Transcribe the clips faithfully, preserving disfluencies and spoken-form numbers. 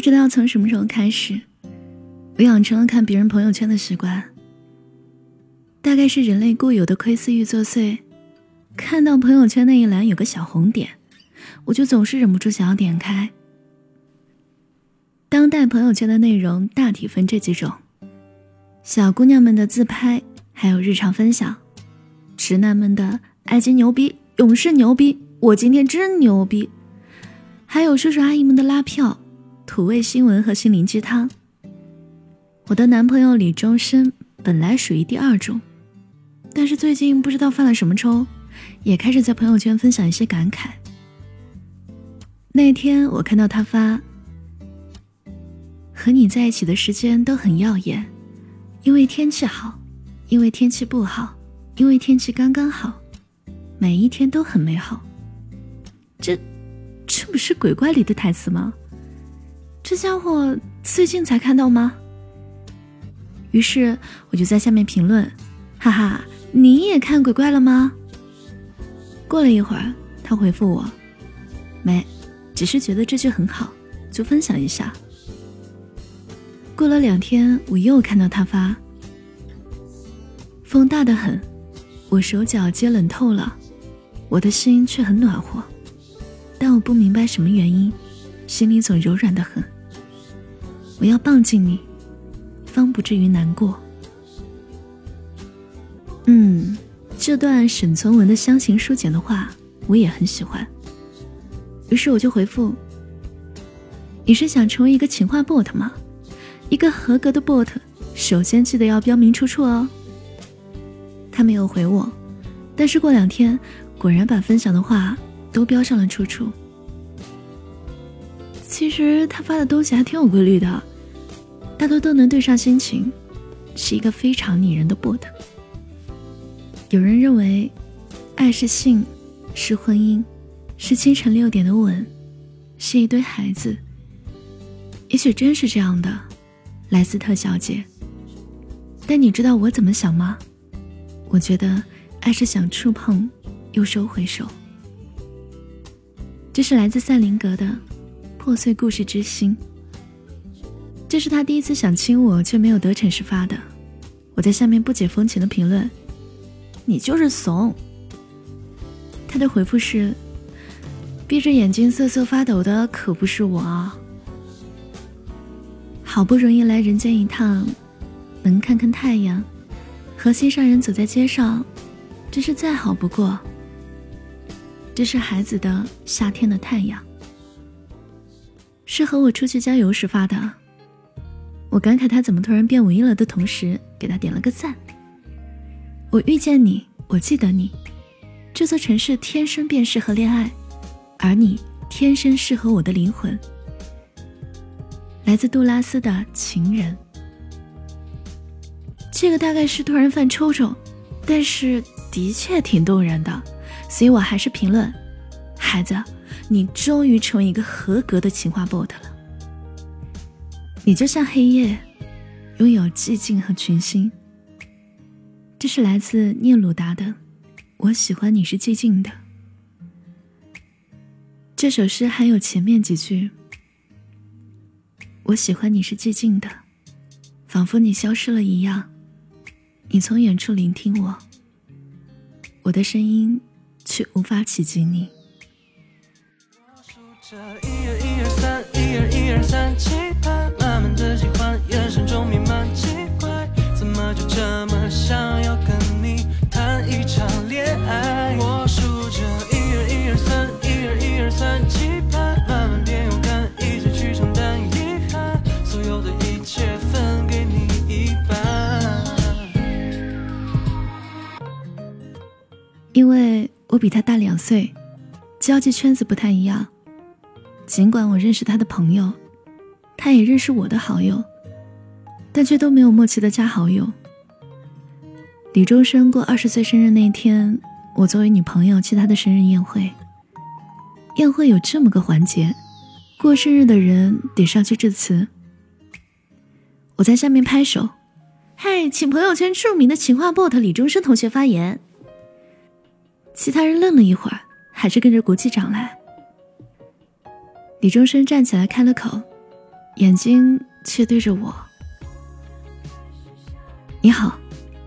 知道从什么时候开始，我养成了看别人朋友圈的习惯。大概是人类固有的窥私欲作祟，看到朋友圈那一栏有个小红点，我就总是忍不住想要点开。当代朋友圈的内容大体分这几种：小姑娘们的自拍，还有日常分享；直男们的爱情牛逼、勇士牛逼、我今天真牛逼；还有叔叔阿姨们的拉票、土味新闻和心灵鸡汤。我的男朋友李宗盛本来属于第二种，但是最近不知道犯了什么抽，也开始在朋友圈分享一些感慨。那天我看到他发，和你在一起的时间都很耀眼，因为天气好，因为天气不好，因为天气刚刚好，每一天都很美好。这这不是鬼怪里的台词吗？这家伙最近才看到吗？于是我就在下面评论，哈哈，你也看鬼怪了吗？过了一会儿，他回复我，没，只是觉得这句很好，就分享一下。过了两天，我又看到他发，风大得很，我手脚皆冷透了，我的心却很暖和，但我不明白什么原因，心里总柔软得很。我要抱紧你，方不至于难过。嗯，这段沈从文的乡情书简的话我也很喜欢，于是我就回复，你是想成为一个情话 bot 吗？一个合格的 bot 首先记得要标明出处哦。他没有回我，但是过两天果然把分享的话都标上了出处。其实他发的东西还挺有规律的，大多都能对上心情，是一个非常拟人的 bot。 有人认为爱是性，是婚姻，是清晨六点的吻，是一堆孩子。也许真是这样的，莱斯特小姐，但你知道我怎么想吗？我觉得爱是想触碰又收回手。这是来自赛林格的破碎故事之心，这是他第一次想亲我却没有得逞时发的。我在下面不解风情的评论，你就是怂。他的回复是，闭着眼睛瑟瑟发抖的可不是我啊。好不容易来人间一趟，能看看太阳，和心上人走在街上，真是再好不过。这是孩子的夏天的太阳，是和我出去郊游时发的。我感慨他怎么突然变文艺了的同时，给他点了个赞。我遇见你，我记得你，这座城市天生便适合恋爱，而你天生适合我的灵魂。来自杜拉斯的情人，这个大概是突然犯抽抽，但是的确挺动人的，所以我还是评论，孩子，你终于成为一个合格的情话 bot 了。你就像黑夜，拥有寂静和群星。这是来自聂鲁达的，我喜欢你是寂静的。这首诗还有前面几句，我喜欢你是寂静的，仿佛你消失了一样，你从远处聆听我，我的声音却无法企及你。 我数着一二一二三，一二一二三，期盼慢慢的喜欢，眼神中弥漫奇怪，怎么就这么想要跟你谈一场恋爱？我数着一二一二三，一二一二三，期盼慢慢变勇敢，一起去承担遗憾，所有的一切分给你一半。 因为我比他大两岁，交际圈子不太一样，尽管我认识他的朋友，他也认识我的好友，但却都没有默契的加好友。李宗盛过二十岁生日那天，我作为女朋友去他的生日宴会。宴会有这么个环节，过生日的人得上去致辞。我在下面拍手，嘿，请朋友圈著名的情话 bot 李宗盛同学发言。其他人愣了一会儿，还是跟着鼓起掌来。李宗盛站起来开了口， 眼睛却对着我。你好，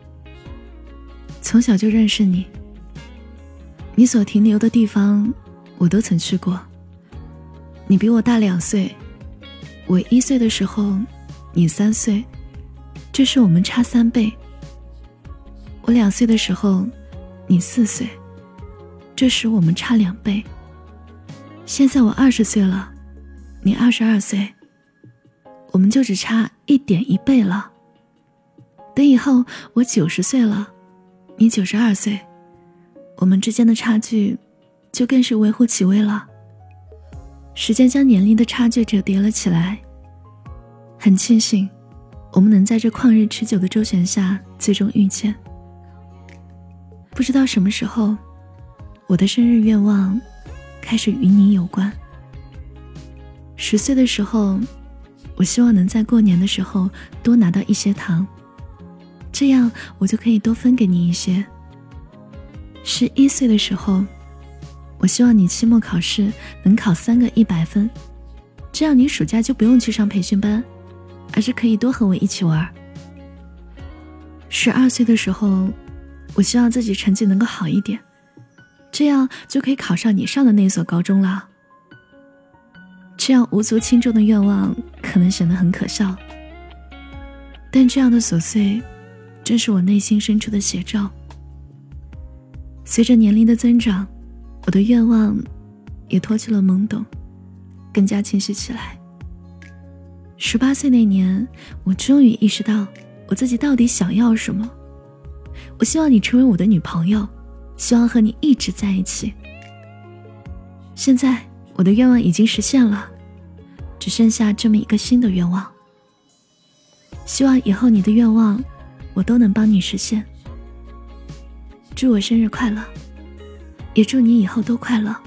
从小就认识你，你所停留的地方我都曾去过。你比我大两岁，我一岁的时候你三岁，这是我们差三倍。我两岁的时候你四岁，这时我们差两倍。现在我二十岁了，你二十二岁，我们就只差一点一倍了。等以后我九十岁了，你九十二岁，我们之间的差距就更是微乎其微了。时间将年龄的差距折叠了起来，很庆幸我们能在这旷日持久的周旋下最终遇见。不知道什么时候，我的生日愿望开始与你有关。十岁的时候，我希望能在过年的时候多拿到一些糖，这样我就可以多分给你一些。十一岁的时候，我希望你期末考试能考三个一百分，这样你暑假就不用去上培训班，而是可以多和我一起玩。十二岁的时候，我希望自己成绩能够好一点，这样就可以考上你上的那所高中了。这样无足轻重的愿望可能显得很可笑，但这样的琐碎正是我内心深处的写照。随着年龄的增长，我的愿望也脱去了懵懂，更加清晰起来。十八岁那年，我终于意识到我自己到底想要什么。我希望你成为我的女朋友，希望和你一直在一起。现在我的愿望已经实现了，只剩下这么一个新的愿望。希望以后你的愿望我都能帮你实现。祝我生日快乐，也祝你以后都快乐。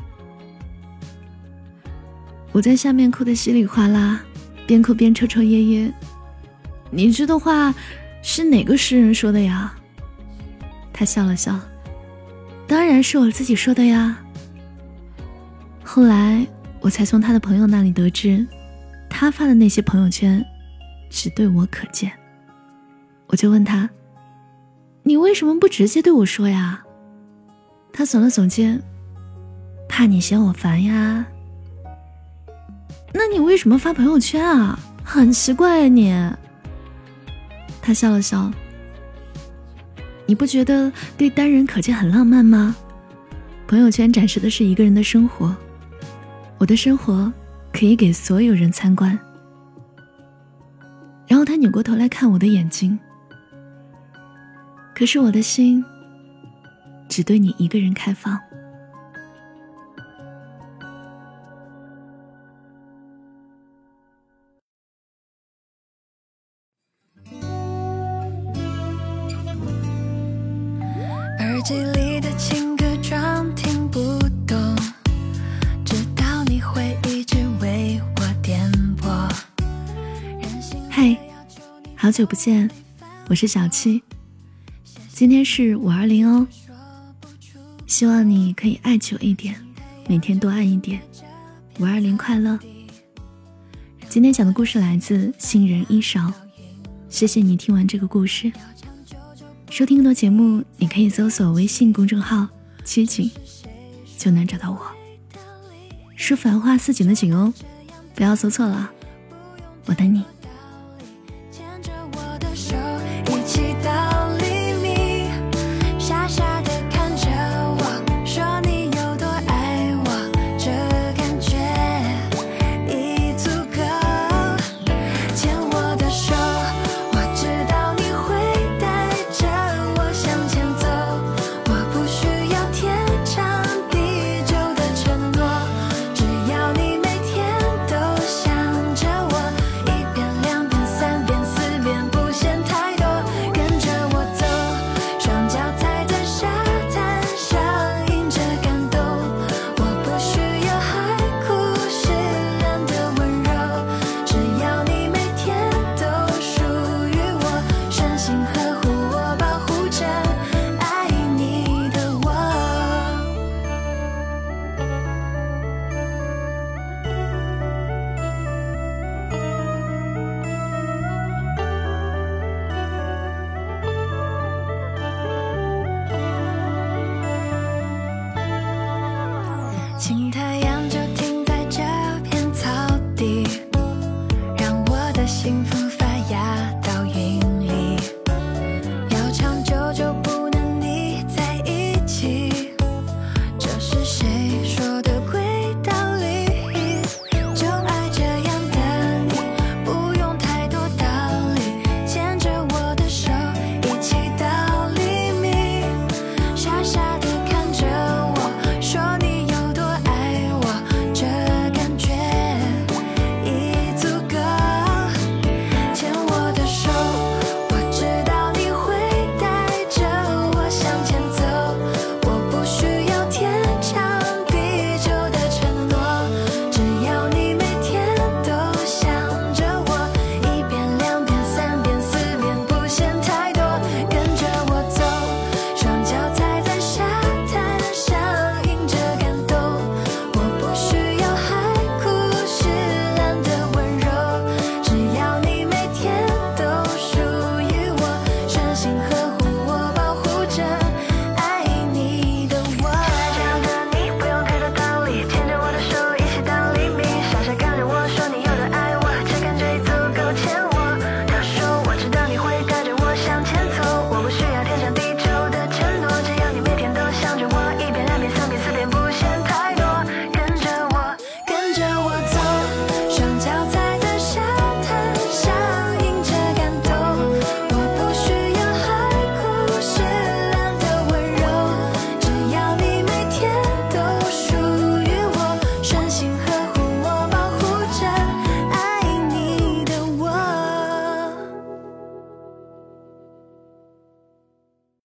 我在下面哭得稀里哗啦，边哭边抽抽噎噎。你这的话是哪个诗人说的呀？他笑了笑，当然是我自己说的呀。后来我才从他的朋友那里得知，他发的那些朋友圈只对我可见。我就问他，你为什么不直接对我说呀？他耸了耸肩，怕你嫌我烦呀。那你为什么发朋友圈啊？很奇怪啊你。他笑了笑，你不觉得对单人可见很浪漫吗？朋友圈展示的是一个人的生活，我的生活可以给所有人参观。然后他扭过头来看我的眼睛，可是我的心只对你一个人开放。 耳机里的情歌装听不懂，直到你会一直为我点播。 嗨，好久不见，我是小七，今天是五二零哦，希望你可以爱久一点，每天多爱一点，五二零快乐。今天讲的故事来自杏仁一勺，谢谢你听完这个故事。收听更多节目，你可以搜索微信公众号七景，就能找到我。是繁花似锦的锦哦，不要搜错了，我等你。